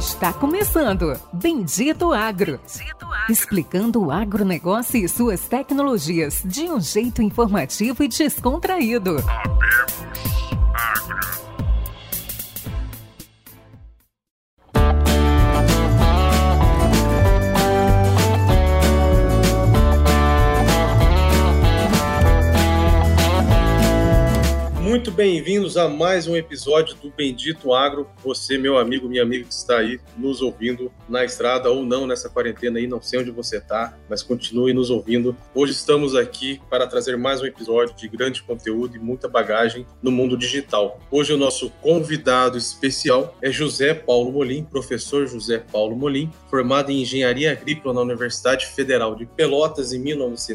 Está começando Bendito Agro. Explicando o agronegócio e suas tecnologias de um jeito informativo e descontraído. Muito bem-vindos a mais um episódio do Bendito Agro. Você, meu amigo, minha amiga que está aí nos ouvindo na estrada ou não nessa quarentena aí, não sei onde você está, mas continue nos ouvindo. Hoje estamos aqui para trazer mais um episódio de grande conteúdo e muita bagagem no mundo digital. Hoje o nosso convidado especial é José Paulo Molim, professor José Paulo Molim, formado em Engenharia Agrícola na Universidade Federal de Pelotas em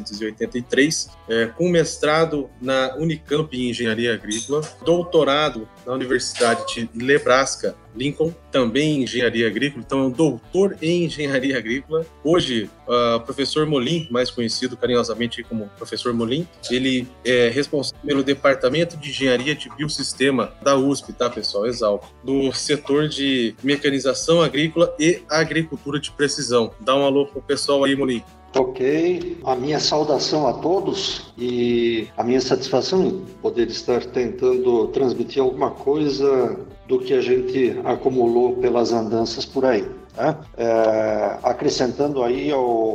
1983, com mestrado na Unicamp em Engenharia Agrícola, doutorado na Universidade de Nebraska, Lincoln, também em Engenharia Agrícola, então é um doutor em Engenharia Agrícola. Hoje, professor Molim, mais conhecido carinhosamente como professor Molim, ele é responsável pelo Departamento de Engenharia de Biosistema da USP, tá, pessoal? Exalc, do setor de mecanização agrícola e agricultura de precisão. Dá um alô pro pessoal aí, Molim. Ok, a minha saudação a todos e a minha satisfação em poder estar tentando transmitir alguma coisa do que a gente acumulou pelas andanças por aí. Né? Acrescentando aí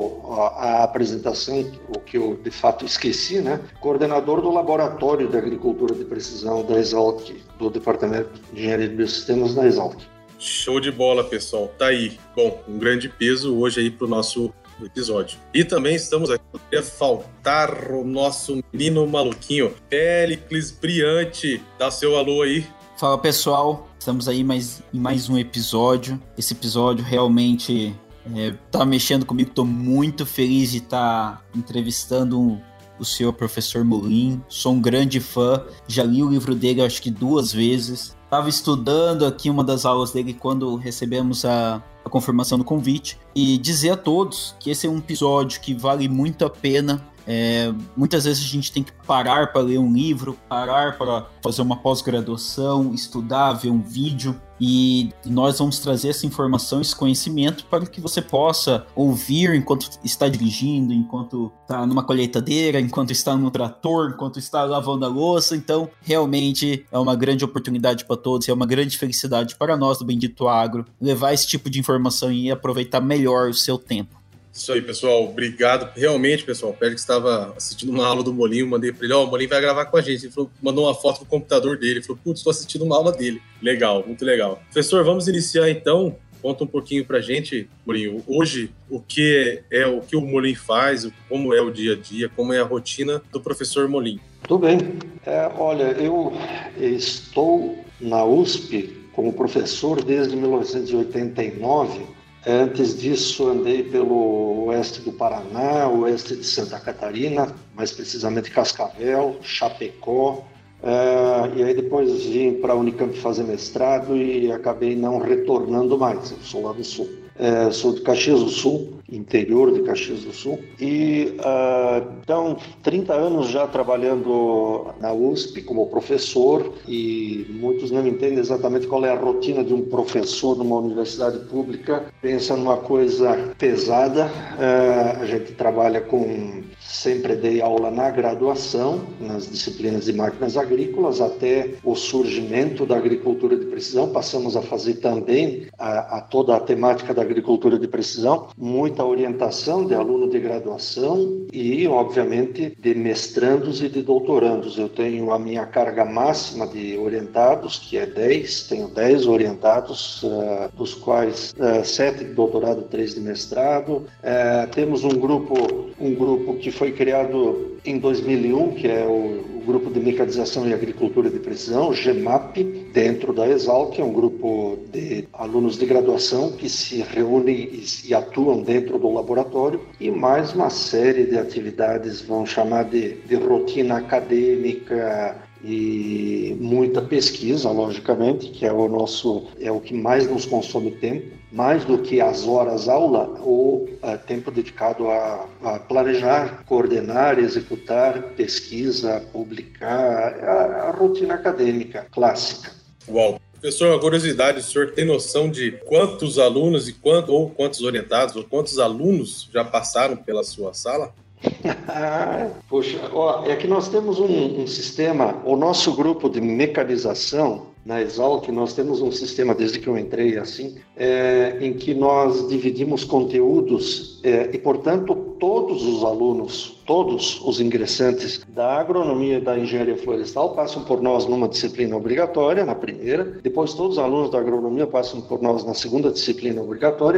a apresentação, o que eu de fato esqueci, né? Coordenador do Laboratório de Agricultura de Precisão da Exalc, do Departamento de Engenharia de Biosistemas da Exalc. Show de bola, pessoal. Tá aí. Bom, um grande peso hoje aí pro nosso episódio. E também estamos aqui, não poderia faltar o nosso menino maluquinho, Péricles Briante. Dá seu alô aí. Fala, pessoal, estamos aí em mais um episódio. Esse episódio realmente tá mexendo comigo, tô muito feliz de estar entrevistando o senhor professor Molim. Sou um grande fã, já li o livro dele acho que 2 vezes. Estava estudando aqui uma das aulas dele quando recebemos a confirmação do convite, e dizer a todos que esse é um episódio que vale muito a pena. Muitas vezes a gente tem que parar para ler um livro, parar para fazer uma pós-graduação, estudar, ver um vídeo, e nós vamos trazer essa informação, esse conhecimento para que você possa ouvir enquanto está dirigindo, enquanto está numa colheitadeira, enquanto está no trator, enquanto está lavando a louça. Então realmente é uma grande oportunidade para todos, é uma grande felicidade para nós do Bendito Agro levar esse tipo de informação e aproveitar melhor o seu tempo. Isso aí, pessoal. Obrigado. Realmente, pessoal, o Pérez estava assistindo uma aula do Molim, eu mandei para ele, o Molim vai gravar com a gente. Ele falou, mandou uma foto do computador dele. Ele falou, putz, estou assistindo uma aula dele. Legal, muito legal. Professor, vamos iniciar então. Conta um pouquinho pra gente, Molim, hoje, o que o Molim faz, como é o dia a dia, como é a rotina do professor Molim. Tudo bem. Olha, eu estou na USP como professor desde 1989. Antes disso, andei pelo oeste do Paraná, oeste de Santa Catarina, mais precisamente Cascavel, Chapecó, e aí depois vim para a Unicamp fazer mestrado e acabei não retornando mais. Eu sou lá do Sul. Sou de Caxias do Sul, interior de Caxias do Sul, e então 30 anos já trabalhando na USP como professor, e muitos não entendem exatamente qual é a rotina de um professor numa universidade pública. Pensa numa coisa pesada. A gente trabalha sempre dei aula na graduação, nas disciplinas de máquinas agrícolas, até o surgimento da agricultura de precisão. Passamos a fazer também toda a temática da agricultura de precisão, muita orientação de aluno de graduação e, obviamente, de mestrandos e de doutorandos. Eu tenho a minha carga máxima de orientados, que é 10, tenho 10 orientados, dos quais 7 de doutorado, 3 de mestrado. Temos um grupo que foi criado em 2001, que é o Grupo de Mecanização e Agricultura de Precisão, o GEMAP, dentro da Exalc, é um grupo de alunos de graduação que se reúnem e atuam dentro do laboratório, e mais uma série de atividades, vamos chamar de rotina acadêmica, e muita pesquisa, logicamente, que é o que mais nos consome tempo, mais do que as horas aula, ou tempo dedicado a planejar, coordenar, executar pesquisa, publicar, a rotina acadêmica clássica. Uau! Professor, uma curiosidade, o senhor tem noção de quantos alunos ou quantos orientados ou quantos alunos já passaram pela sua sala? Poxa, é que nós temos um sistema, o nosso grupo de mecanização na Exalc, nós temos um sistema, desde que eu entrei assim, em que nós dividimos conteúdos e, portanto, todos os alunos, todos os ingressantes da agronomia e da engenharia florestal passam por nós numa disciplina obrigatória, na primeira, depois todos os alunos da agronomia passam por nós na segunda disciplina obrigatória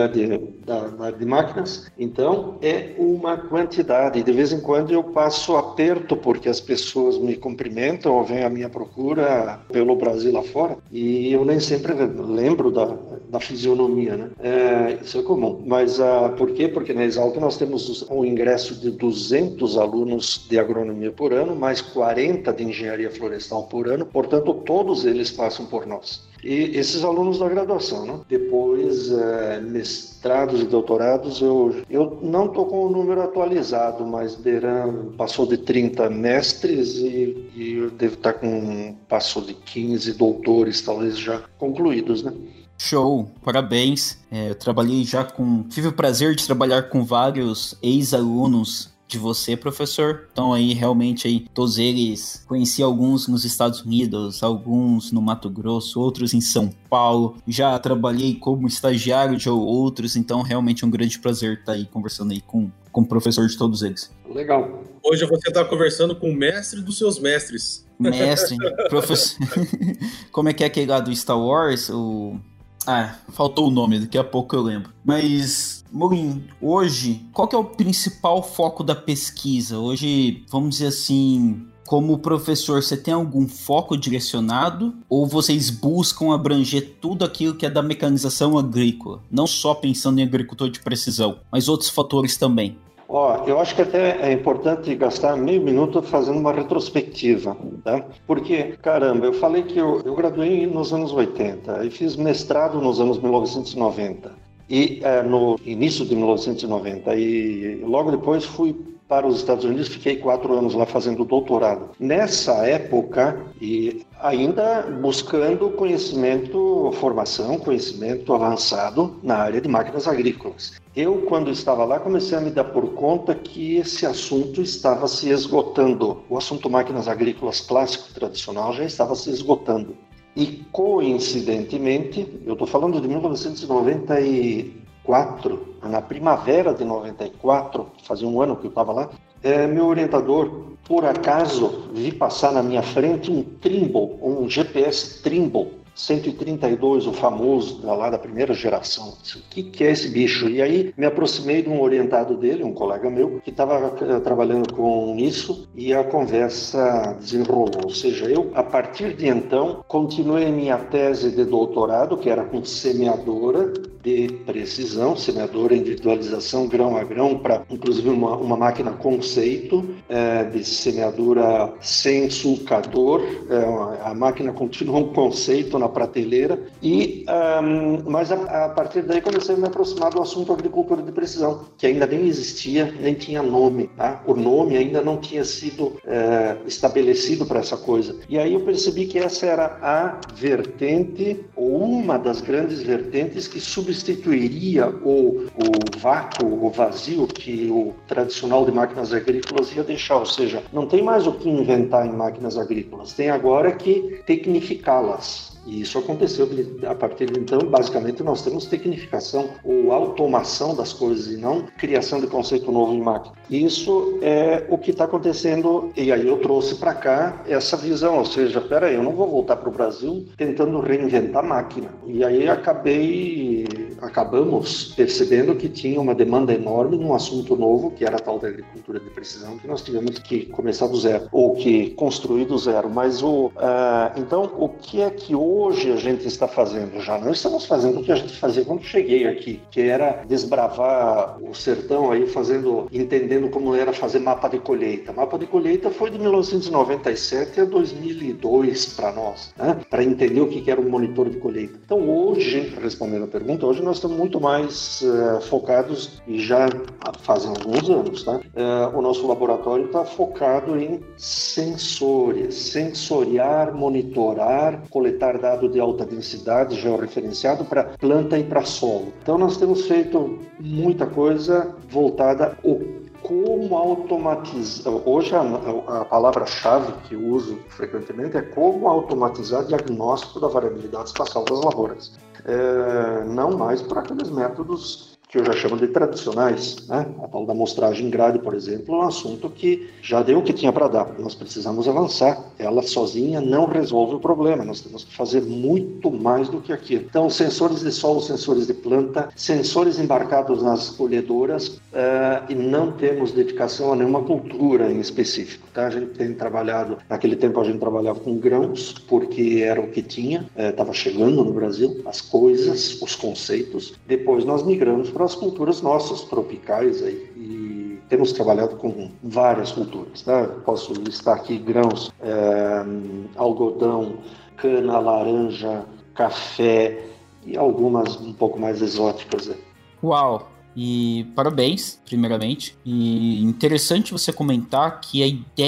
de máquinas. Então, é uma quantidade. De vez em quando eu passo aperto porque as pessoas me cumprimentam ou vêm à minha procura pelo Brasil lá fora, e eu nem sempre lembro da fisionomia, né? Isso é comum. Mas por quê? Porque na Exalc nós temos um ingresso de 200 alunos de agronomia por ano, mais 40 de engenharia florestal por ano, portanto todos eles passam por nós. E esses alunos da graduação, né? Depois, mestrados e doutorados, eu não estou com o número atualizado, mas passou de 30 mestres e eu devo estar passou de 15 doutores, talvez já concluídos, né? Show, parabéns. Tive o prazer de trabalhar com vários ex-alunos de você, professor. Então aí realmente todos eles, conheci alguns nos Estados Unidos, alguns no Mato Grosso, outros em São Paulo. Já trabalhei como estagiário de outros, então realmente é um grande prazer estar aí conversando aí com o professor de todos eles. Legal. Hoje você está conversando com o mestre dos seus mestres. Mestre, professor. Como é que é aquele lá do Star Wars? Faltou o nome, daqui a pouco eu lembro. Mas, Morim, hoje, qual que é o principal foco da pesquisa? Hoje, vamos dizer assim, como professor, você tem algum foco direcionado? Ou vocês buscam abranger tudo aquilo que é da mecanização agrícola? Não só pensando em agricultor de precisão, mas outros fatores também. Eu acho que até é importante gastar meio minuto fazendo uma retrospectiva, tá? Porque, caramba, eu falei que eu graduei nos anos 80 e fiz mestrado nos anos 1990, e no início de 1990, e logo depois fui para os Estados Unidos, fiquei 4 anos lá fazendo doutorado. Nessa época, e ainda buscando conhecimento avançado na área de máquinas agrícolas. Eu, quando estava lá, comecei a me dar por conta que esse assunto estava se esgotando. O assunto máquinas agrícolas clássico e tradicional já estava se esgotando. E, coincidentemente, eu estou falando de 1994, na primavera de 94, fazia um ano que eu estava lá, meu orientador, por acaso, vi passar na minha frente um Trimble, um GPS Trimble 132, o famoso, lá da primeira geração. O que é esse bicho? E aí me aproximei de um orientado dele, um colega meu, que estava trabalhando com isso, e a conversa desenrolou. Ou seja, eu, a partir de então, continuei minha tese de doutorado, que era com semeadora de precisão, semeadora individualização grão a grão, para inclusive uma máquina conceito de semeadura sem sulcador. A máquina continua um conceito na prateleira, mas a partir daí comecei a me aproximar do assunto agricultura de precisão, que ainda nem existia, nem tinha nome, tá? O nome ainda não tinha sido estabelecido para essa coisa. E aí eu percebi que essa era a vertente, ou uma das grandes vertentes, que substituiria o vácuo, o vazio que o tradicional de máquinas agrícolas ia deixar. Ou seja, não tem mais o que inventar em máquinas agrícolas, tem agora que tecnificá-las. E isso aconteceu a partir de então. Basicamente, nós temos tecnificação ou automação das coisas e não criação de conceito novo em máquina. Isso é o que está acontecendo, e aí eu trouxe para cá essa visão, ou seja, peraí, eu não vou voltar para o Brasil tentando reinventar máquina. E aí acabamos percebendo que tinha uma demanda enorme num assunto novo, que era a tal da agricultura de precisão, que nós tivemos que começar do zero, ou que construir do zero. Mas então, o que é que hoje a gente está fazendo? Já não estamos fazendo o que a gente fazia quando cheguei aqui, que era desbravar o sertão aí, entendendo como era fazer mapa de colheita. Mapa de colheita foi de 1997 a 2002 para nós, né? Para entender o que era um monitor de colheita. Então hoje, respondendo a pergunta, hoje nós estamos muito mais focados, e já fazem alguns anos, tá? O nosso laboratório está focado em sensores, sensoriar, monitorar, coletar dado de alta densidade georreferenciado para planta e para solo. Então nós temos feito muita coisa voltada ao como automatizar. Hoje a palavra-chave que eu uso frequentemente é como automatizar diagnóstico da variabilidade espacial das lavouras. Não mais por aqueles métodos que eu já chamo de tradicionais, né? A tal da amostragem grade, por exemplo, é um assunto que já deu o que tinha para dar. Nós precisamos avançar. Ela sozinha não resolve o problema. Nós temos que fazer muito mais do que aquilo. Então, sensores de solo, sensores de planta, sensores embarcados nas colhedoras, e não temos dedicação a nenhuma cultura em específico, tá? A gente tem trabalhado, naquele tempo a gente trabalhava com grãos, porque era o que tinha, estava chegando no Brasil, as coisas, os conceitos. Depois nós migramos para as culturas nossas, tropicais, aí, e temos trabalhado com várias culturas, tá? Posso listar aqui grãos, algodão, cana, laranja, café e algumas um pouco mais exóticas. Uau! E parabéns, primeiramente. E interessante você comentar que a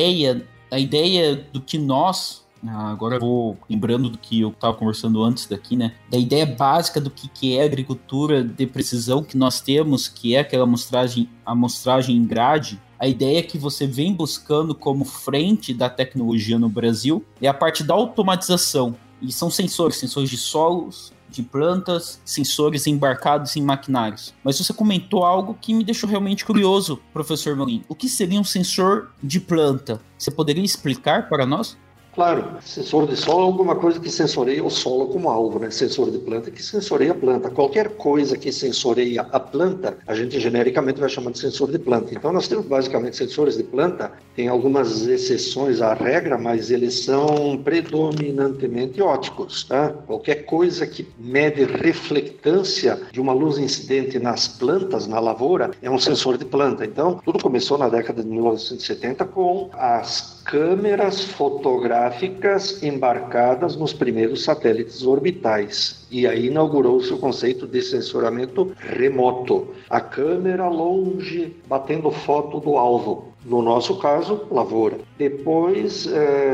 ideia do que nós... Agora eu vou lembrando do que eu estava conversando antes daqui, né? Da ideia básica do que é agricultura de precisão que nós temos, que é aquela amostragem em grade. A ideia que você vem buscando como frente da tecnologia no Brasil é a parte da automatização. E são sensores de solos, de plantas, sensores embarcados em maquinários. Mas você comentou algo que me deixou realmente curioso, professor Molin. O que seria um sensor de planta? Você poderia explicar para nós? Claro, sensor de solo é alguma coisa que sensoreia o solo como alvo, né? Sensor de planta que sensoreia a planta. Qualquer coisa que sensoreia a planta, a gente genericamente vai chamar de sensor de planta. Então nós temos basicamente sensores de planta, tem algumas exceções à regra, mas eles são predominantemente ópticos, tá? Qualquer coisa que mede reflectância de uma luz incidente nas plantas, na lavoura, é um sensor de planta. Então tudo começou na década de 1970 com as câmeras fotográficas embarcadas nos primeiros satélites orbitais. E aí inaugurou-se o conceito de sensoramento remoto. A câmera longe, batendo foto do alvo. No nosso caso, lavoura. Depois,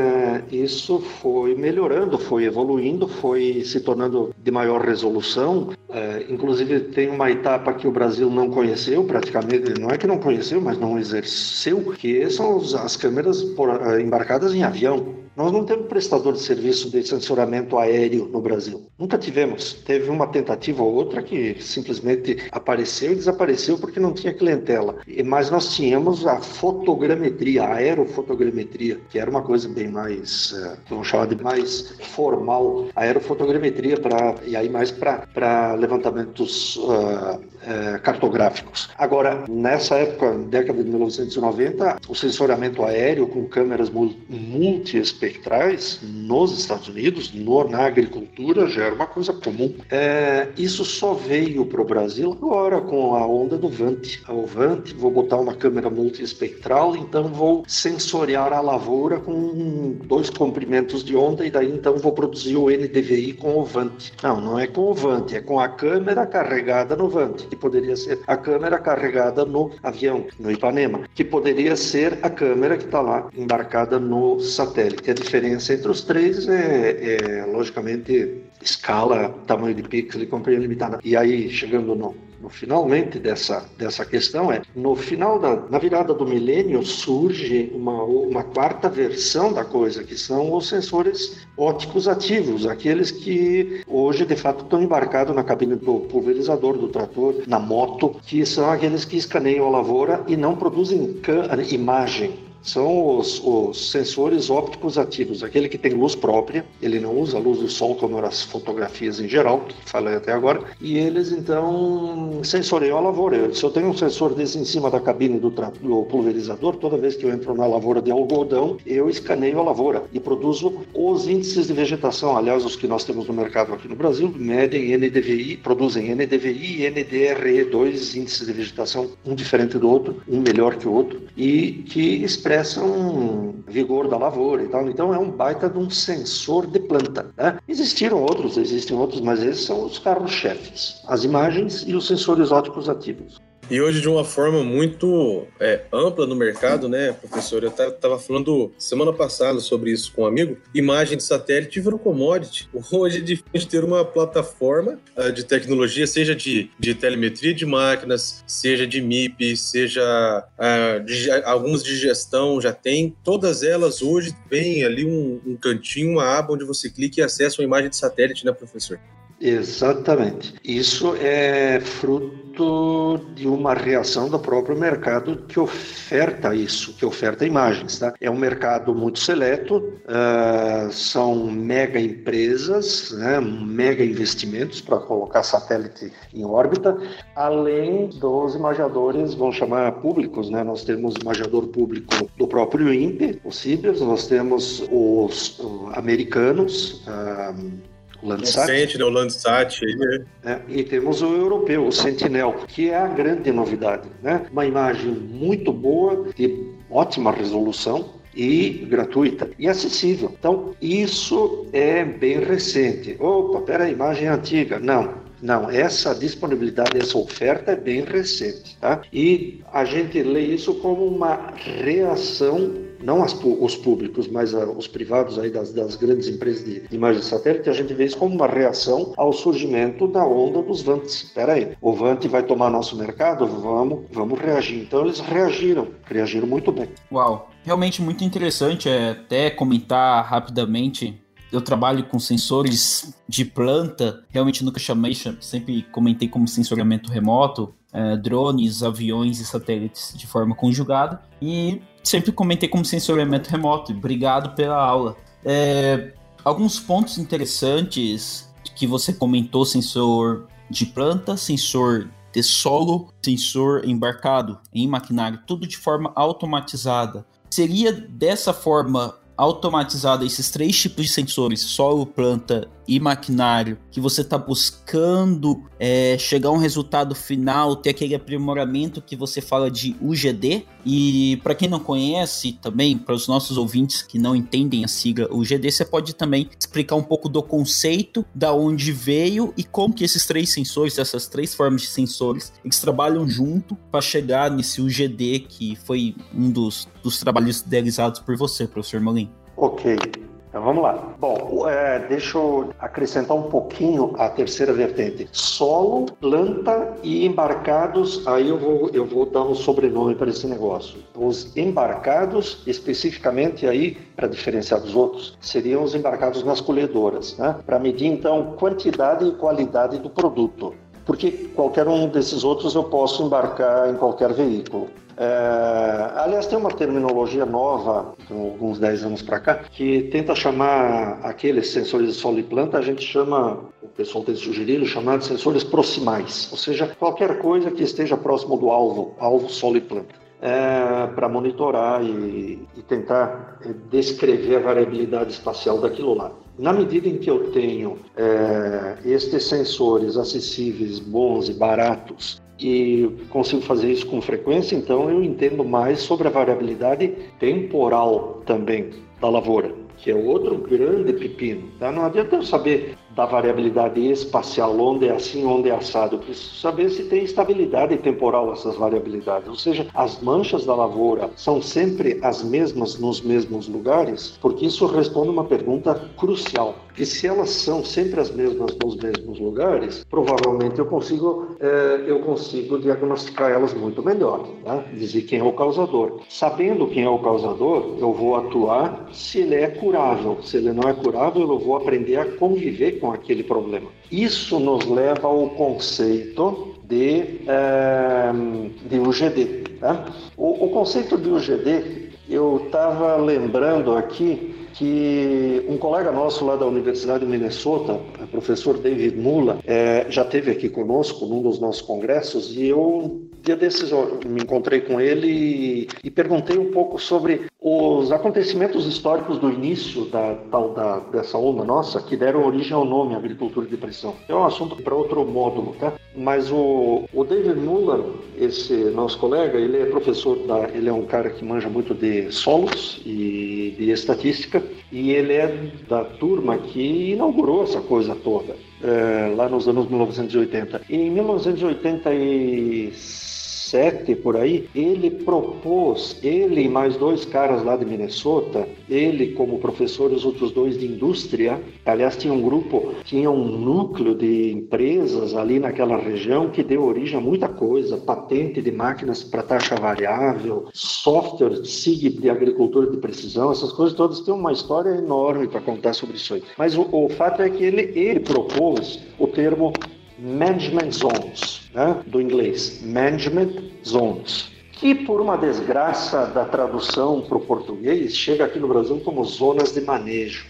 isso foi melhorando, foi evoluindo, foi se tornando de maior resolução. Inclusive, tem uma etapa que o Brasil não conheceu, praticamente, não é que não conheceu, mas não exerceu, que são as câmeras embarcadas em avião. Nós não temos prestador de serviço de sensoramento aéreo no Brasil. Nunca tivemos. Teve uma tentativa ou outra que simplesmente apareceu e desapareceu porque não tinha clientela. Mas nós tínhamos a fotogrametria, a aerofotogrametria, que era uma coisa bem mais, vamos chamar de mais formal. A aerofotogrametria e aí mais para levantamentos cartográficos. Agora, nessa época, década de 1990, o sensoramento aéreo com câmeras multiespectrais nos Estados Unidos, na agricultura, já era uma coisa comum. Isso só veio para o Brasil agora com a onda do VANT. O VANT, vou botar uma câmera multiespectral, então vou sensoriar a lavoura com 2 comprimentos de onda e daí então vou produzir o NDVI com o VANT. Não é com o VANT, é com a câmera carregada no VANT, que poderia ser a câmera carregada no avião, no Ipanema, que poderia ser a câmera que está lá embarcada no satélite. A diferença entre os três é logicamente, escala, tamanho de pixel e compreensão limitada. E aí, chegando no finalmente dessa questão, na virada do milênio surge uma quarta versão da coisa, que são os sensores ópticos ativos, aqueles que hoje de fato estão embarcados na cabine do pulverizador, do trator, na moto, que são aqueles que escaneiam a lavoura e não produzem imagem. São os sensores ópticos ativos, aquele que tem luz própria, ele não usa a luz do sol como nas fotografias em geral, que falei até agora, e eles então sensoreiam a lavoura. Se eu tenho um sensor desse em cima da cabine do pulverizador, toda vez que eu entro na lavoura de algodão, eu escaneio a lavoura e produzo os índices de vegetação. Aliás, os que nós temos no mercado aqui no Brasil medem NDVI, produzem NDVI e NDRE, 2 índices de vegetação, um diferente do outro, um melhor que o outro, e que expressam expressam vigor da lavoura e tal. Então é um baita de um sensor de planta, né? Existem outros, mas esses são os carros-chefes, as imagens e os sensores ópticos ativos. E hoje, de uma forma muito ampla no mercado, né, professor? Eu estava falando semana passada sobre isso com um amigo. Imagem de satélite virou commodity. Hoje é difícil ter uma plataforma de tecnologia, seja de telemetria de máquinas, seja de MIP, seja algumas de gestão, já tem. Todas elas hoje vêm ali um cantinho, uma aba onde você clica e acessa uma imagem de satélite, né, professor? Exatamente. Isso é fruto de uma reação do próprio mercado que oferta isso, que oferta imagens, tá? É um mercado muito seleto, são mega empresas, né, mega investimentos para colocar satélite em órbita, além dos imaginadores, vamos chamar públicos, né? Nós temos o imaginador público do próprio INPE, o CIBERS, nós temos os americanos, o Landsat, o Landsat. E temos o europeu, o Sentinel, que é a grande novidade, né? Uma imagem muito boa, de ótima resolução e gratuita e acessível. Então, isso é bem recente. Opa, peraí, imagem antiga. Não, essa disponibilidade, essa oferta é bem recente, tá? E a gente lê isso como uma reação, não os públicos, mas os privados aí das grandes empresas de imagem de satélite, a gente vê isso como uma reação ao surgimento da onda dos VANTs. Espera aí, o VANT vai tomar nosso mercado? Vamos reagir. Então eles reagiram muito bem. Uau, realmente muito interessante, até comentar rapidamente. Eu trabalho com sensores de planta, realmente nunca chamei, sempre comentei como sensoramento remoto, drones, aviões e satélites de forma conjugada, e sempre comentei como sensoramento remoto. Obrigado pela aula. Alguns pontos interessantes que você comentou: sensor de planta, sensor de solo, sensor embarcado em maquinário, tudo de forma automatizada. Seria dessa forma automatizada esses 3 tipos de sensores, solo, planta e maquinário, que você está buscando chegar a um resultado final, ter aquele aprimoramento que você fala de UGD? E para quem não conhece também, para os nossos ouvintes que não entendem a sigla UGD, você pode também explicar um pouco do conceito, da onde veio e como que esses 3 sensores, essas 3 formas de sensores, eles trabalham junto para chegar nesse UGD, que foi um dos trabalhos idealizados por você, professor Molin. Ok. Então vamos lá. Bom, deixa eu acrescentar um pouquinho a terceira vertente. Solo, planta e embarcados. Aí eu vou dar um sobrenome para esse negócio. Os embarcados, especificamente aí, para diferenciar dos outros, seriam os embarcados nas colhedoras, né? Para medir, então, quantidade e qualidade do produto. Porque qualquer um desses outros eu posso embarcar em qualquer veículo. Aliás, tem uma terminologia nova, alguns 10 anos para cá, que tenta chamar aqueles sensores de solo e planta, a gente chama, o pessoal tem sugerido, chamar de sensores proximais, ou seja, qualquer coisa que esteja próximo do alvo solo e planta, para monitorar e tentar descrever a variabilidade espacial daquilo lá. Na medida em que eu tenho estes sensores acessíveis, bons e baratos, e consigo fazer isso com frequência, então eu entendo mais sobre a variabilidade temporal também da lavoura, que é outro grande pepino, tá? Não adianta eu saber da variabilidade espacial, onde é assim, onde é assado. Eu preciso saber se tem estabilidade temporal essas variabilidades. Ou seja, as manchas da lavoura são sempre as mesmas nos mesmos lugares, porque isso responde a uma pergunta crucial. E se elas são sempre as mesmas nos mesmos lugares, provavelmente eu consigo diagnosticar elas muito melhor, né? Dizer quem é o causador. Sabendo quem é o causador, eu vou atuar se ele é curável. Se ele não é curável, eu vou aprender a conviver com aquele problema. Isso nos leva ao conceito de UGD. Tá? O conceito de UGD, eu estava lembrando aqui que um colega nosso lá da Universidade de Minnesota, o professor David Mula, já esteve aqui conosco num dos nossos congressos, e dia desses eu me encontrei com ele e perguntei um pouco sobre Os acontecimentos históricos do início dessa onda nossa, que deram origem ao nome agricultura de precisão, é um assunto para outro módulo, tá? Mas o David Mullen, esse nosso colega, ele é professor, ele é um cara que manja muito de solos e de estatística, e ele é da turma que inaugurou essa coisa toda, lá nos anos 1980. E em 1987, por aí, ele e mais 2 caras lá de Minnesota, ele como professor e os outros 2 de indústria, aliás, tinha um núcleo de empresas ali naquela região que deu origem a muita coisa, patente de máquinas para taxa variável, software SIG de agricultura de precisão, essas coisas todas têm uma história enorme para contar sobre isso aí. Mas o fato é que ele propôs o termo Management Zones, né? Do inglês, Management Zones, que por uma desgraça da tradução para o português, chega aqui no Brasil como zonas de manejo.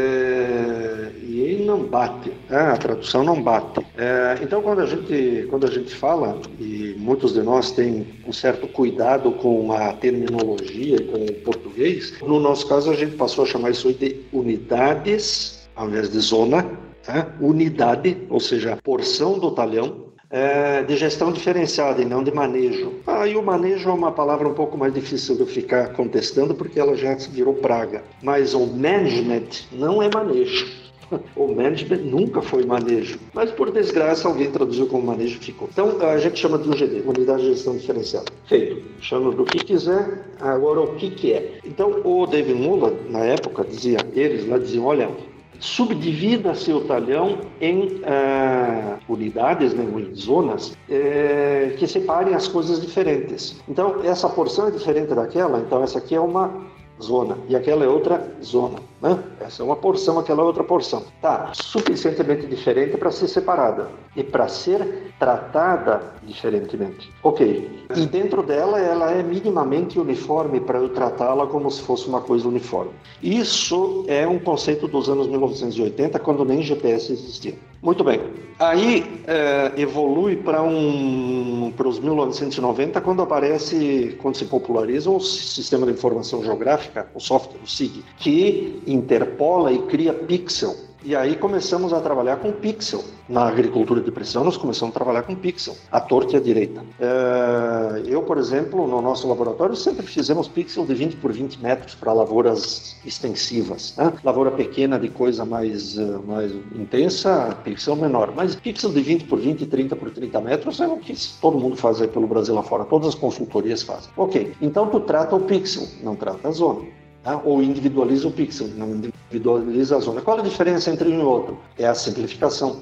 E ele não bate, a tradução não bate. Então, quando a gente fala, e muitos de nós têm um certo cuidado com a terminologia, com o português, no nosso caso a gente passou a chamar isso de unidades, ao invés de zona, unidade, ou seja, porção do talhão, de gestão diferenciada e não de manejo. E o manejo é uma palavra um pouco mais difícil de eu ficar contestando porque ela já virou praga. Mas o management não é manejo. O management nunca foi manejo, mas por desgraça alguém traduziu como manejo e ficou. Então a gente chama de UGD, Unidade de Gestão Diferenciada. Feito. Chama do que quiser, agora o que é. Então o David Mullen, na época, eles diziam, olha, subdivida seu talhão em unidades, né, em zonas, que separem as coisas diferentes. Então, essa porção é diferente daquela, então essa aqui é uma zona e aquela é outra zona, né? Essa é uma porção, aquela é outra porção. Tá suficientemente diferente para ser separada e para ser tratada diferentemente. Ok. E dentro dela, ela é minimamente uniforme para eu tratá-la como se fosse uma coisa uniforme. Isso é um conceito dos anos 1980, quando nem GPS existia. Muito bem. Aí evolui para os 1990, quando se populariza o Sistema de Informação Geográfica, o software, o SIG, que interpola e cria pixel. E aí começamos a trabalhar com pixel. Na agricultura de precisão, nós começamos a trabalhar com pixel, à torta e à direita. Eu, por exemplo, no nosso laboratório, sempre fizemos pixel de 20 por 20 metros para lavouras extensivas. Né? Lavoura pequena de coisa mais intensa, pixel menor. Mas pixel de 20 por 20, 30 por 30 metros é o que todo mundo faz aí pelo Brasil lá fora. Todas as consultorias fazem. Ok, então tu trata o pixel, não trata a zona. Ou individualiza o pixel, não individualiza a zona. Qual a diferença entre um e outro? É a simplificação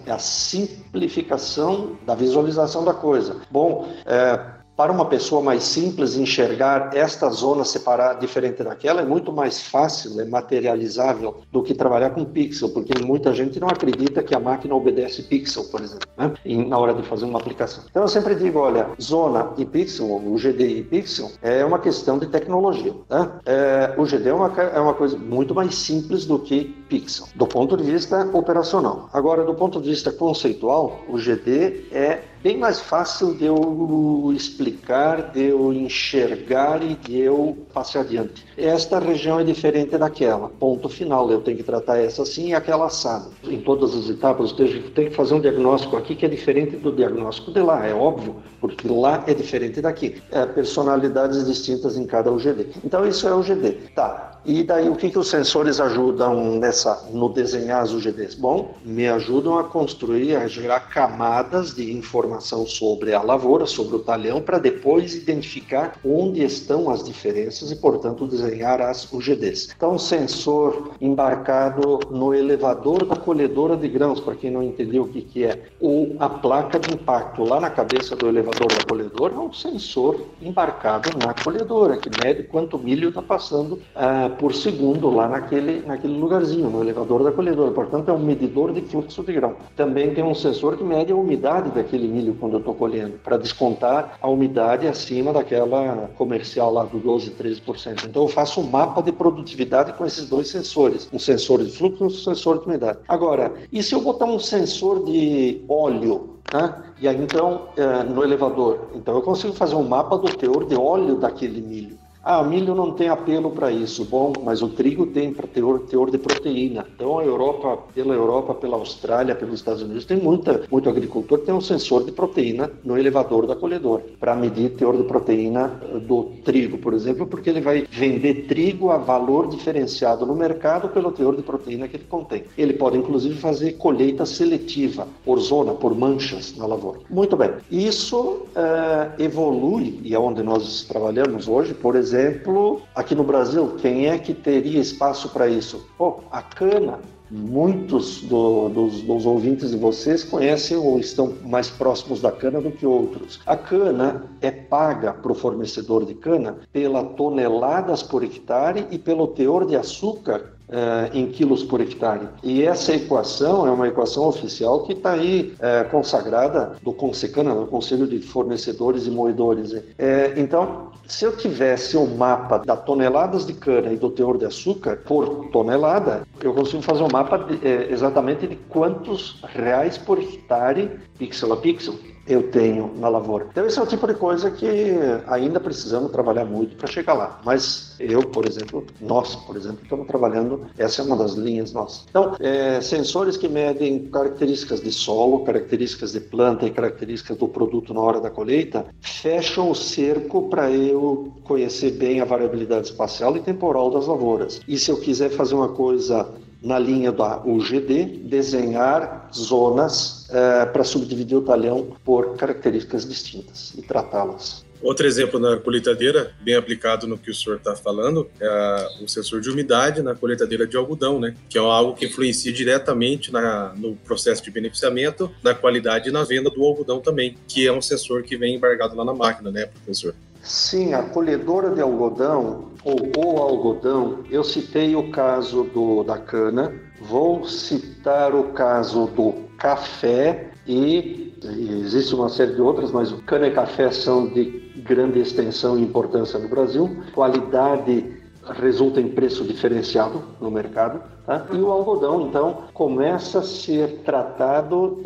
da visualização da coisa. Bom, para uma pessoa mais simples enxergar esta zona separada diferente daquela é muito mais fácil, é materializável do que trabalhar com pixel, porque muita gente não acredita que a máquina obedece pixel, por exemplo, né? Na hora de fazer uma aplicação. Então eu sempre digo, olha, zona e pixel, o GD e pixel, é uma questão de tecnologia. Né? O GD é uma coisa muito mais simples do que pixel, do ponto de vista operacional. Agora, do ponto de vista conceitual, o GD é bem mais fácil de eu explicar, de eu enxergar e de eu passar adiante. Esta região é diferente daquela. Ponto final. Eu tenho que tratar essa assim e aquela assada. Em todas as etapas, eu tenho que fazer um diagnóstico aqui que é diferente do diagnóstico de lá. É óbvio, porque lá é diferente daqui. Personalidades distintas em cada UGD. Então, isso é o UGD. Tá. E daí, o que os sensores ajudam no desenhar as UGDs? Bom, me ajudam a construir, a gerar camadas de informação sobre a lavoura, sobre o talhão, para depois identificar onde estão as diferenças e, portanto, desenhar as UGDs. Então, sensor embarcado no elevador da colhedora de grãos, para quem não entendeu o que é, ou a placa de impacto lá na cabeça do elevador da colhedora, é um sensor embarcado na colhedora, que mede quanto milho está passando por segundo lá naquele lugarzinho, no elevador da colhedora. Portanto, é um medidor de fluxo de grão. Também tem um sensor que mede a umidade daquele milho quando eu estou colhendo, para descontar a umidade acima daquela comercial lá do 12%, 13%. Então, eu faço um mapa de produtividade com esses dois sensores. Um sensor de fluxo e um sensor de umidade. Agora, e se eu botar um sensor de óleo? Né? E aí, então, no elevador, então eu consigo fazer um mapa do teor de óleo daquele milho. Milho não tem apelo para isso. Bom, mas o trigo tem para teor de proteína. Então, pela Europa, pela Austrália, pelos Estados Unidos, tem muito agricultor que tem um sensor de proteína no elevador da colhedora para medir teor de proteína do trigo, por exemplo, porque ele vai vender trigo a valor diferenciado no mercado pelo teor de proteína que ele contém. Ele pode, inclusive, fazer colheita seletiva por zona, por manchas na lavoura. Muito bem. Isso evolui, e é onde nós trabalhamos hoje, por exemplo, aqui no Brasil, quem é que teria espaço para isso? A cana. Muitos dos ouvintes de vocês conhecem ou estão mais próximos da cana do que outros. A cana é paga para o fornecedor de cana pela toneladas por hectare e pelo teor de açúcar em quilos por hectare. E essa equação é uma equação oficial que está aí consagrada do Consecana, do Conselho de Fornecedores e Moedores. Então, se eu tivesse um mapa das toneladas de cana e do teor de açúcar por tonelada, eu consigo fazer um mapa exatamente de quantos reais por hectare, pixel a pixel, eu tenho na lavoura. Então esse é o tipo de coisa que ainda precisamos trabalhar muito para chegar lá. Mas nós, por exemplo, estamos trabalhando, essa é uma das linhas nossas. Então, sensores que medem características de solo, características de planta e características do produto na hora da colheita, fecham o cerco para eu conhecer bem a variabilidade espacial e temporal das lavouras. E se eu quiser fazer uma coisa na linha da UGD, desenhar zonas para subdividir o talhão por características distintas e tratá-las. Outro exemplo na colheitadeira, bem aplicado no que o senhor está falando, é o sensor de umidade na colheitadeira de algodão, né? Que é algo que influencia diretamente no processo de beneficiamento, na qualidade e na venda do algodão também, que é um sensor que vem embargado lá na máquina, né, professor? Sim, a colhedora de algodão, ou o algodão, eu citei o caso da cana, vou citar o caso do café e existe uma série de outras, mas o cana e café são de grande extensão e importância no Brasil. Qualidade resulta em preço diferenciado no mercado, tá? E o algodão, então, começa a ser tratado,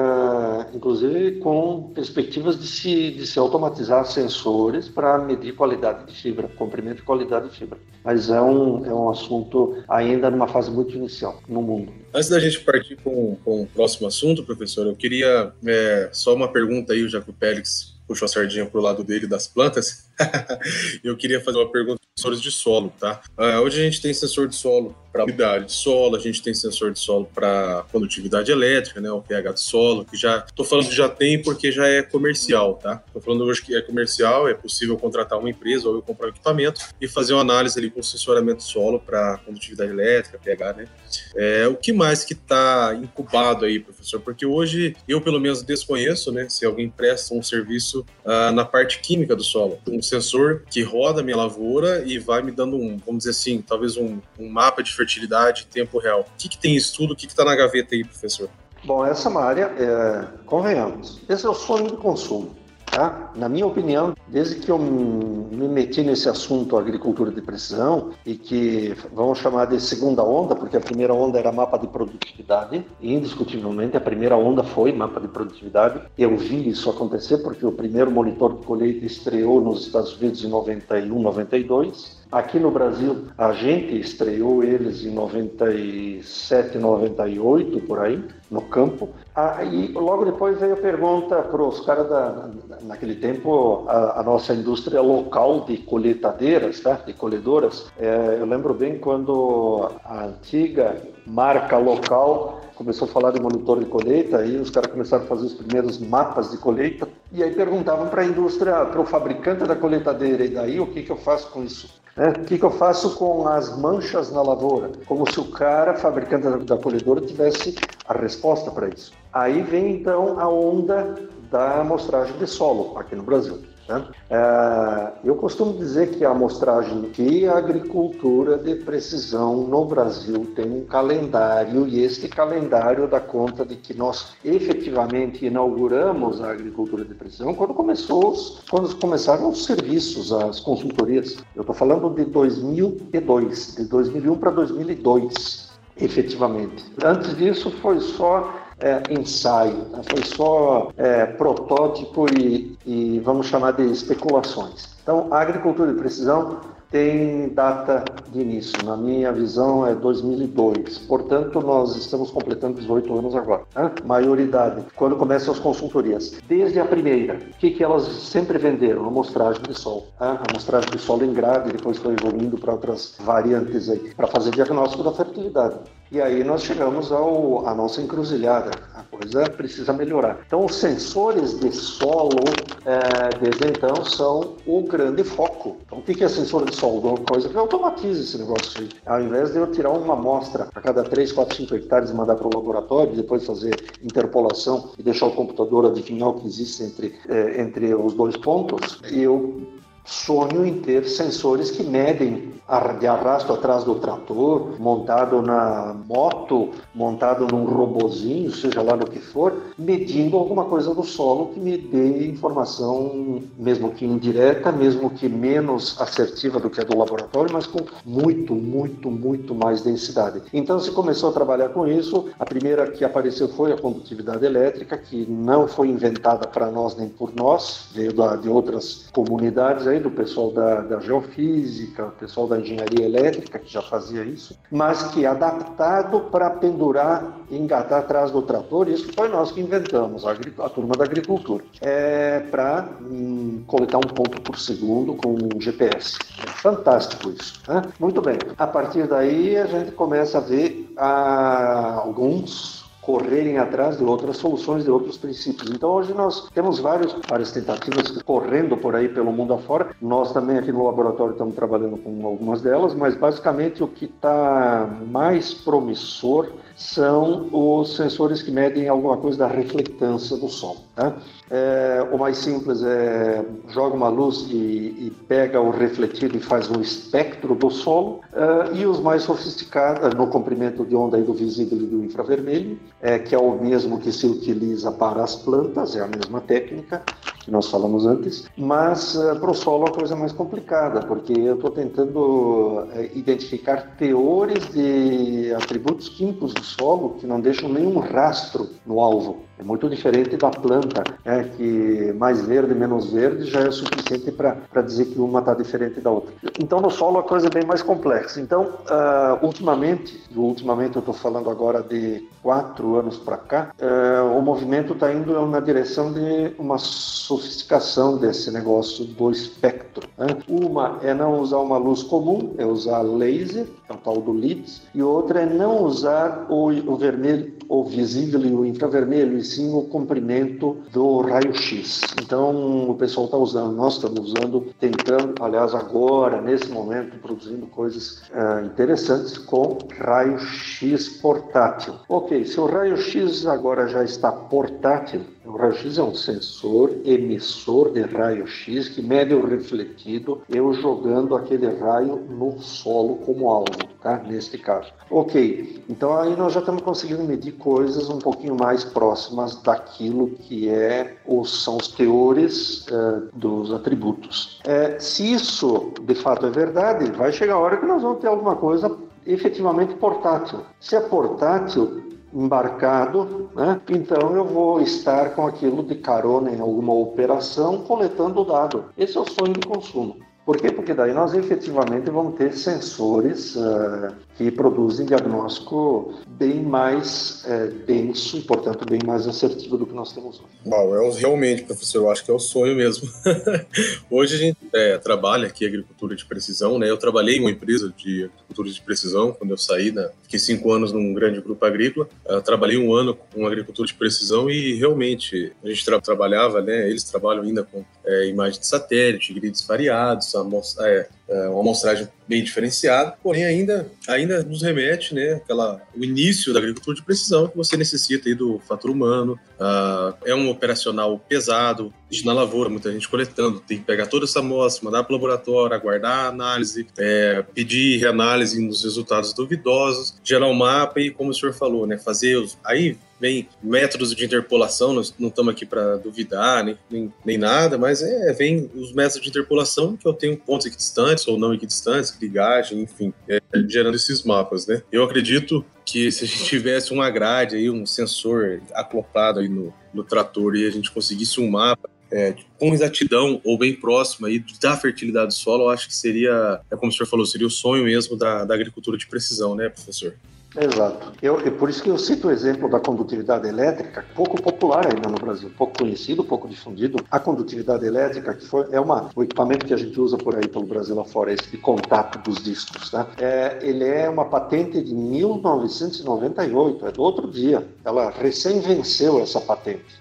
inclusive, com perspectivas de se automatizar sensores para medir qualidade de fibra, comprimento e qualidade de fibra. Mas é um assunto ainda numa fase muito inicial no mundo. Antes da gente partir com o próximo assunto, professor, eu queria só uma pergunta aí, já que o Pélix puxou a sardinha pro lado dele das plantas. Eu queria fazer uma pergunta sobre sensores de solo, tá? Hoje a gente tem sensor de solo para umidade de solo, a gente tem sensor de solo para condutividade elétrica, né, o pH de solo, que tô falando que já tem porque já é comercial, tá? Tô falando hoje que é comercial, é possível contratar uma empresa ou eu comprar um equipamento e fazer uma análise ali com sensoramento de solo para condutividade elétrica, pH, né? O que mais que está incubado aí, professor? Porque hoje eu pelo menos desconheço, né, se alguém presta um serviço na parte química do solo, um sensor que roda a minha lavoura e vai me dando vamos dizer assim, talvez um mapa de fertilidade em tempo real. O que tem estudo, o que está na gaveta aí, professor? Bom, essa é uma área, convenhamos, esse é o sonho de consumo. Tá? Na minha opinião, desde que eu me meti nesse assunto agricultura de precisão e que vamos chamar de segunda onda, porque a primeira onda era mapa de produtividade, e indiscutivelmente a primeira onda foi mapa de produtividade. Eu vi isso acontecer porque o primeiro monitor de colheita estreou nos Estados Unidos em 91, 92. Aqui no Brasil, a gente estreou eles em 97, 98, por aí, no campo. E logo depois veio a pergunta para os caras naquele tempo, a nossa indústria local de colheitadeiras, tá? De colhedoras. Eu lembro bem quando a antiga marca local começou a falar de monitor de colheita, aí os caras começaram a fazer os primeiros mapas de colheita, e aí perguntavam para a indústria, para o fabricante da colheitadeira, e daí o que eu faço com isso? O que eu faço com as manchas na lavoura? Como se o cara, fabricante da colhedora, tivesse a resposta para isso. Aí vem então a onda da amostragem de solo aqui no Brasil. Eu costumo dizer que a amostragem que a agricultura de precisão no Brasil tem um calendário, e este calendário dá conta de que nós efetivamente inauguramos a agricultura de precisão quando começaram os serviços, as consultorias. Eu estou falando de 2002, de 2001 para 2002, efetivamente. Antes disso foi só ensaio, foi só protótipo e vamos chamar de especulações. Então, a agricultura de precisão tem data de início. Na minha visão é 2002. Portanto, nós estamos completando 18 anos agora. Maioridade. Quando começam as consultorias. Desde a primeira, o que elas sempre venderam? Amostragem de solo. Amostragem de solo em grade, depois foi evoluindo para outras variantes aí, para fazer diagnóstico da fertilidade. E aí nós chegamos à nossa encruzilhada. A coisa precisa melhorar. Então, os sensores de solo, desde então, são o grande foco. Então, o que é sensor de solo? Uma coisa que automatiza esse negócio aí. Ao invés de eu tirar uma amostra a cada 3, 4, 5 hectares e mandar para o laboratório, depois fazer interpolação e deixar o computador adivinhar o que existe entre os dois pontos, eu sonho em ter sensores que medem de arrasto atrás do trator, montado na moto, montado num robozinho, seja lá no que for, medindo alguma coisa do solo que me dê informação, mesmo que indireta, mesmo que menos assertiva do que a do laboratório, mas com muito mais densidade. Então se começou a trabalhar com isso. A primeira que apareceu foi a condutividade elétrica, que não foi inventada para nós nem por nós, veio de outras comunidades aí, do pessoal da geofísica, o pessoal da engenharia elétrica, que já fazia isso, mas que adaptado para pendurar e engatar atrás do trator. Isso foi nós que inventamos, a turma da agricultura, para coletar 1 ponto por segundo com um GPS. É fantástico isso, né? Muito bem. A partir daí a gente começa a ver alguns correrem atrás de outras soluções, de outros princípios. Então hoje nós temos várias tentativas correndo por aí pelo mundo afora. Nós também aqui no laboratório estamos trabalhando com algumas delas, mas basicamente o que está mais promissor são os sensores que medem alguma coisa da reflectância do solo, tá? O mais simples é joga uma luz e pega o refletido e faz um espectro do solo, e os mais sofisticados no comprimento de onda aí do visível e do infravermelho, que é o mesmo que se utiliza para as plantas, é a mesma técnica que nós falamos antes, mas para o solo é uma coisa mais complicada, porque eu estou tentando identificar teores de atributos químicos do solo que não deixam nenhum rastro no alvo. É muito diferente da planta, que mais verde, menos verde, já é suficiente para dizer que uma está diferente da outra. Então, no solo a coisa é bem mais complexa. Então, ultimamente eu estou falando agora de 4 anos para cá, o movimento está indo na direção de uma sofisticação desse negócio do espectro. Uma é não usar uma luz comum, é usar laser, é o tal do LIDS, e outra é não usar o vermelho, o visível e o infravermelho, e sim o comprimento do raio-x. Então o pessoal está usando, nós estamos usando, tentando, aliás agora, nesse momento, produzindo coisas interessantes com raio-x portátil. Ok, se o raio-x agora já está portátil, o raio-x é um sensor emissor de raio-x que mede o refletido, eu jogando aquele raio no solo como alvo, tá? Neste caso. Ok, então aí nós já estamos conseguindo medir coisas um pouquinho mais próximas daquilo que são os teores dos atributos. Se isso de fato é verdade, vai chegar a hora que nós vamos ter alguma coisa efetivamente portátil. Se é portátil, embarcado, né? Então eu vou estar com aquilo de carona em alguma operação, coletando o dado. Esse é o sonho de consumo. Por quê? Porque daí nós efetivamente vamos ter sensores que produzem diagnóstico bem mais denso e, portanto, bem mais assertivo do que nós temos hoje. Bom, realmente, professor, eu acho que é o sonho mesmo. Hoje a gente trabalha aqui agricultura de precisão, né? Eu trabalhei em uma empresa de agricultura de precisão quando eu saí, fiquei 5 anos num grande grupo agrícola, trabalhei 1 ano com agricultura de precisão e realmente a gente trabalhava, né? Eles trabalham ainda com imagem de satélite, grids variados, uma amostragem bem diferenciada, porém ainda nos remete, né, o início da agricultura de precisão, que você necessita aí do fator humano, é um operacional pesado, na lavoura, muita gente coletando, tem que pegar toda essa amostra, mandar para o laboratório, aguardar a análise, pedir reanálise nos resultados duvidosos, gerar um mapa e, como o senhor falou, né, aí vem métodos de interpolação, nós não estamos aqui para duvidar nem nada, mas vem os métodos de interpolação que eu tenho pontos equidistantes ou não equidistantes, ligagem, enfim, gerando esses mapas, né? Eu acredito que se a gente tivesse uma grade aí, um sensor acoplado aí no trator e a gente conseguisse um mapa com exatidão ou bem próximo aí da fertilidade do solo, eu acho que seria, como o senhor falou, seria o sonho mesmo da agricultura de precisão, né, professor? Exato. Por isso que eu cito o exemplo da condutividade elétrica, pouco popular ainda no Brasil, pouco conhecido, pouco difundido. A condutividade elétrica, que o equipamento que a gente usa por aí pelo Brasil afora, esse de contato dos discos, tá? Ele é uma patente de 1998, é do outro dia. Ela recém venceu essa patente.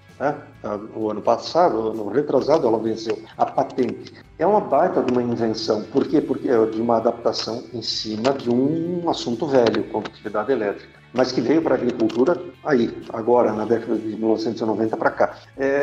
O ano passado, no retrasado, ela venceu a patente. É uma baita de uma invenção. Por quê? Porque é de uma adaptação em cima de um assunto velho, condutividade elétrica, mas que veio para a agricultura agora, na década de 1990 para cá.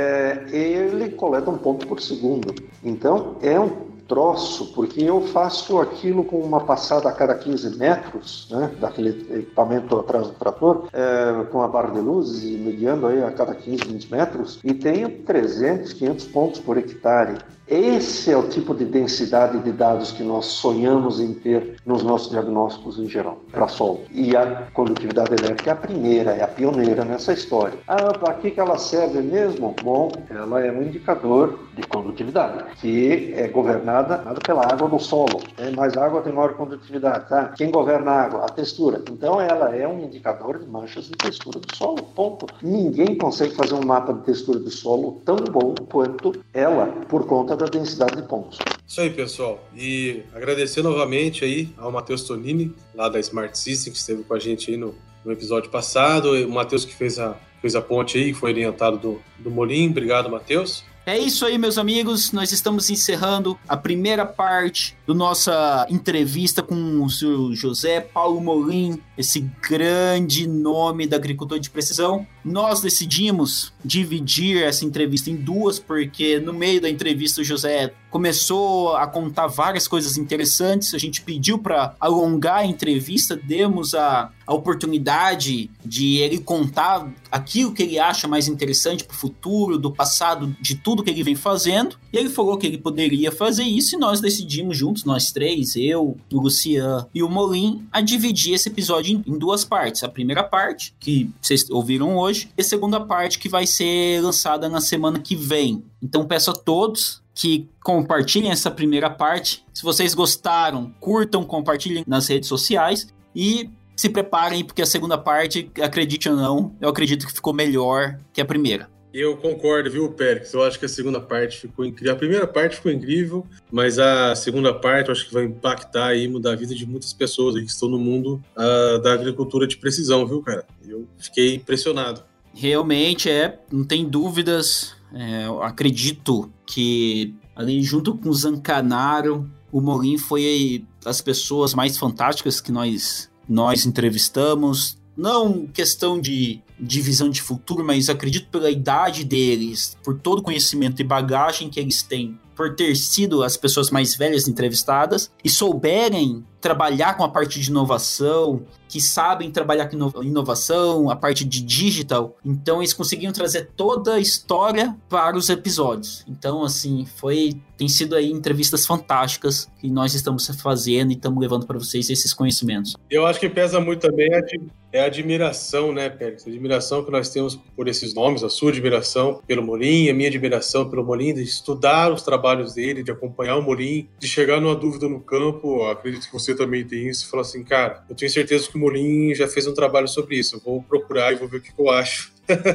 Ele coleta 1 ponto por segundo. Então, é um troço, porque eu faço aquilo com uma passada a cada 15 metros, né, daquele equipamento atrás do trator, com a barra de luzes e mediando aí a cada 15, 20 metros, e tenho 300, 500 pontos por hectare. Esse é o tipo de densidade de dados que nós sonhamos em ter nos nossos diagnósticos em geral, para solo. E a condutividade elétrica é a primeira, é a pioneira nessa história. Para que ela serve mesmo? Bom, ela é um indicador de condutividade, que é governada pela água do solo. Mais água tem maior condutividade, tá? Quem governa a água? A textura. Então ela é um indicador de manchas de textura do solo, ponto. Ninguém consegue fazer um mapa de textura do solo tão bom quanto ela, por conta da densidade de pontos. Isso aí, pessoal. E agradecer novamente aí ao Matheus Tonini, lá da Smart System, que esteve com a gente aí no episódio passado. O Matheus que fez a ponte aí, que foi orientado do Molim. Obrigado, Matheus. É isso aí, meus amigos. Nós estamos encerrando a primeira parte da nossa entrevista com o senhor José Paulo Molim, esse grande nome da agricultura de precisão. Nós decidimos dividir essa entrevista em duas, porque no meio da entrevista o José começou a contar várias coisas interessantes. A gente pediu para alongar a entrevista, demos a oportunidade de ele contar aquilo que ele acha mais interessante para o futuro, do passado, de tudo que ele vem fazendo. E ele falou que ele poderia fazer isso, e nós decidimos juntos, nós três, eu, o Lucian e o Molim, a dividir esse episódio em duas partes. A primeira parte, que vocês ouviram hoje, e a segunda parte, que vai ser lançada na semana que vem. Então peço a todos que compartilhem essa primeira parte. Se vocês gostaram, curtam, compartilhem nas redes sociais e se preparem, porque a segunda parte, acredite ou não, eu acredito que ficou melhor que a primeira. Eu concordo, viu, Pérez? Eu acho que a segunda parte ficou incrível. A primeira parte ficou incrível, mas a segunda parte eu acho que vai impactar e mudar a vida de muitas pessoas aí que estão no mundo da agricultura de precisão, viu, cara? Eu fiquei impressionado. Realmente, não tem dúvidas. Eu acredito que, ali junto com o Zancanaro, o Molim foi as pessoas mais fantásticas que nós entrevistamos. Não questão de visão de futuro, mas acredito pela idade deles, por todo o conhecimento e bagagem que eles têm, por ter sido as pessoas mais velhas entrevistadas e souberem trabalhar com a parte de inovação, que sabem trabalhar com inovação, a parte de digital. Então eles conseguiram trazer toda a história para os episódios. Então, assim, tem sido aí entrevistas fantásticas que nós estamos fazendo e estamos levando para vocês esses conhecimentos. Eu acho que pesa muito também a admiração, né, Pérez? A admiração que nós temos por esses nomes, a sua admiração pelo Molim, a minha admiração pelo Molim, de estudar os trabalhos dele, de acompanhar o Molim, de chegar numa dúvida no campo. Acredito que você também tem isso, e falar assim, cara, eu tenho certeza que o Molim já fez um trabalho sobre isso, eu vou procurar e vou ver o que eu acho.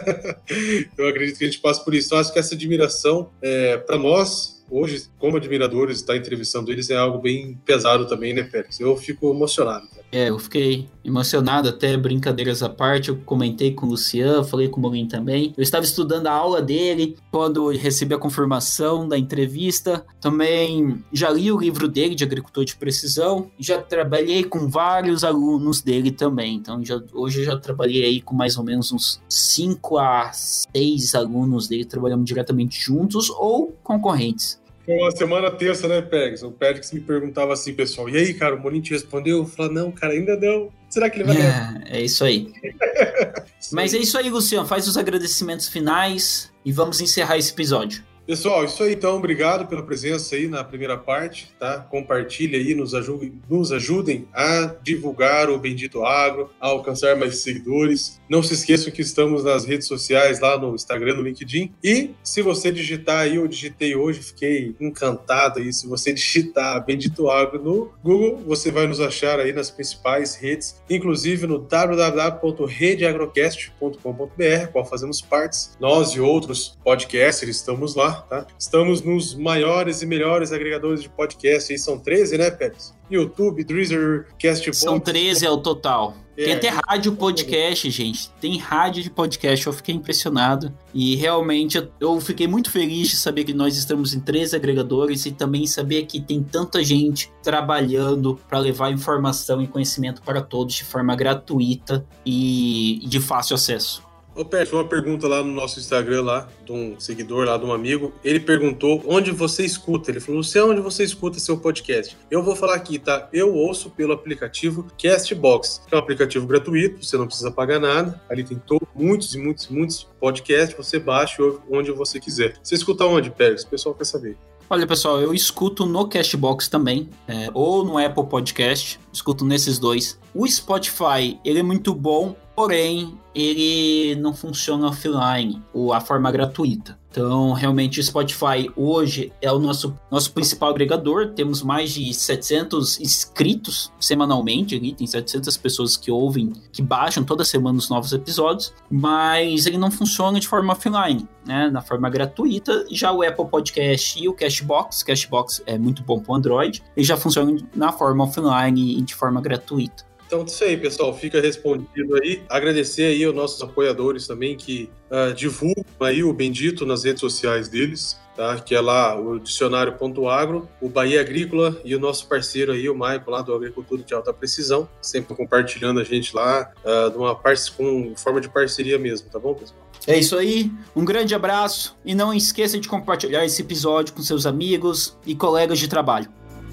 Eu acredito que a gente passa por isso. Então, acho que essa admiração, para nós, hoje, como admiradores, estar entrevistando eles é algo bem pesado também, né, Pérez? Eu fico emocionado, cara. Eu fiquei emocionado, até brincadeiras à parte, eu comentei com o Lucian, falei com o Molim também. Eu estava estudando a aula dele quando recebi a confirmação da entrevista. Também já li o livro dele de agricultura de precisão, já trabalhei com vários alunos dele também. Então hoje eu já trabalhei aí com mais ou menos uns 5 a 6 alunos dele, trabalhamos diretamente juntos ou concorrentes. Foi uma semana tensa, né, Pérez? O Pérez me perguntava assim, pessoal, e aí, cara, o Molim te respondeu? Eu falei, não, cara, ainda não. Será que ele vai dar? É isso aí. Mas é isso aí, Luciano. Faz os agradecimentos finais e vamos encerrar esse episódio. Pessoal, isso aí então, obrigado pela presença aí na primeira parte, tá? Compartilhe aí, nos ajudem a divulgar o Bendito Agro, a alcançar mais seguidores. Não se esqueçam que estamos nas redes sociais, lá no Instagram, no LinkedIn. E se você digitar aí, eu digitei hoje, fiquei encantado aí, se você digitar Bendito Agro no Google, você vai nos achar aí nas principais redes, inclusive no www.redeagrocast.com.br, qual fazemos partes. Nós e outros podcasters estamos lá. Tá? Estamos nos maiores e melhores agregadores de podcast, aí são 13, né, Pérez? YouTube, Deezer, Castbox. São 13 ao total. Tem até rádio podcast, gente. Tem rádio de podcast, eu fiquei impressionado. E realmente eu fiquei muito feliz de saber que nós estamos em 13 agregadores e também saber que tem tanta gente trabalhando para levar informação e conhecimento para todos de forma gratuita e de fácil acesso. Ô Pet, uma pergunta lá no nosso Instagram, lá, de um seguidor, lá de um amigo. Ele perguntou onde você escuta. Ele falou, não sei onde você escuta seu podcast. Eu vou falar aqui, tá? Eu ouço pelo aplicativo Castbox, que é um aplicativo gratuito, você não precisa pagar nada. Ali tem muitos podcasts, você baixa e ouve onde você quiser. Você escuta onde, Pérez? O pessoal quer saber. Olha, pessoal, eu escuto no Castbox também, ou no Apple Podcast, escuto nesses dois. O Spotify, ele é muito bom, porém, ele não funciona offline, ou a forma gratuita. Então, realmente, o Spotify hoje é o nosso principal agregador. Temos mais de 700 inscritos semanalmente. Ali, tem 700 pessoas que ouvem, que baixam toda semana os novos episódios. Mas ele não funciona de forma offline, né? Na forma gratuita. Já o Apple Podcast e o Castbox é muito bom para o Android. Ele já funciona na forma offline e de forma gratuita. Então, isso aí, pessoal, fica respondido aí. Agradecer aí aos nossos apoiadores também que divulgam aí o Bendito nas redes sociais deles, tá? Que é lá o Dicionário.agro, o Bahia Agrícola e o nosso parceiro aí, o Maicon, lá do Agricultura de Alta Precisão, sempre compartilhando a gente lá com forma de parceria mesmo, tá bom, pessoal? É isso aí, um grande abraço e não esqueça de compartilhar esse episódio com seus amigos e colegas de trabalho.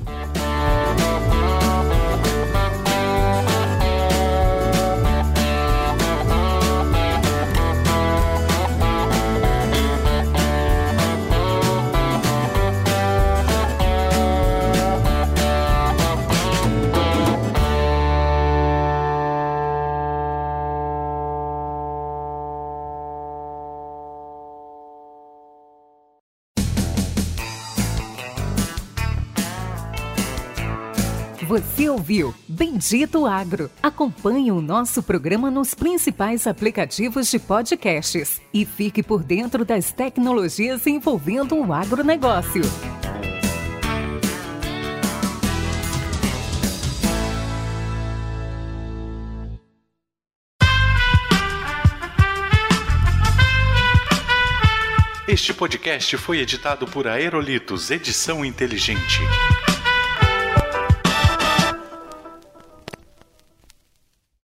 Você ouviu Bendito Agro. Acompanhe o nosso programa nos principais aplicativos de podcasts e fique por dentro das tecnologias envolvendo o agronegócio. Este podcast foi editado por Aerolitos Edição Inteligente.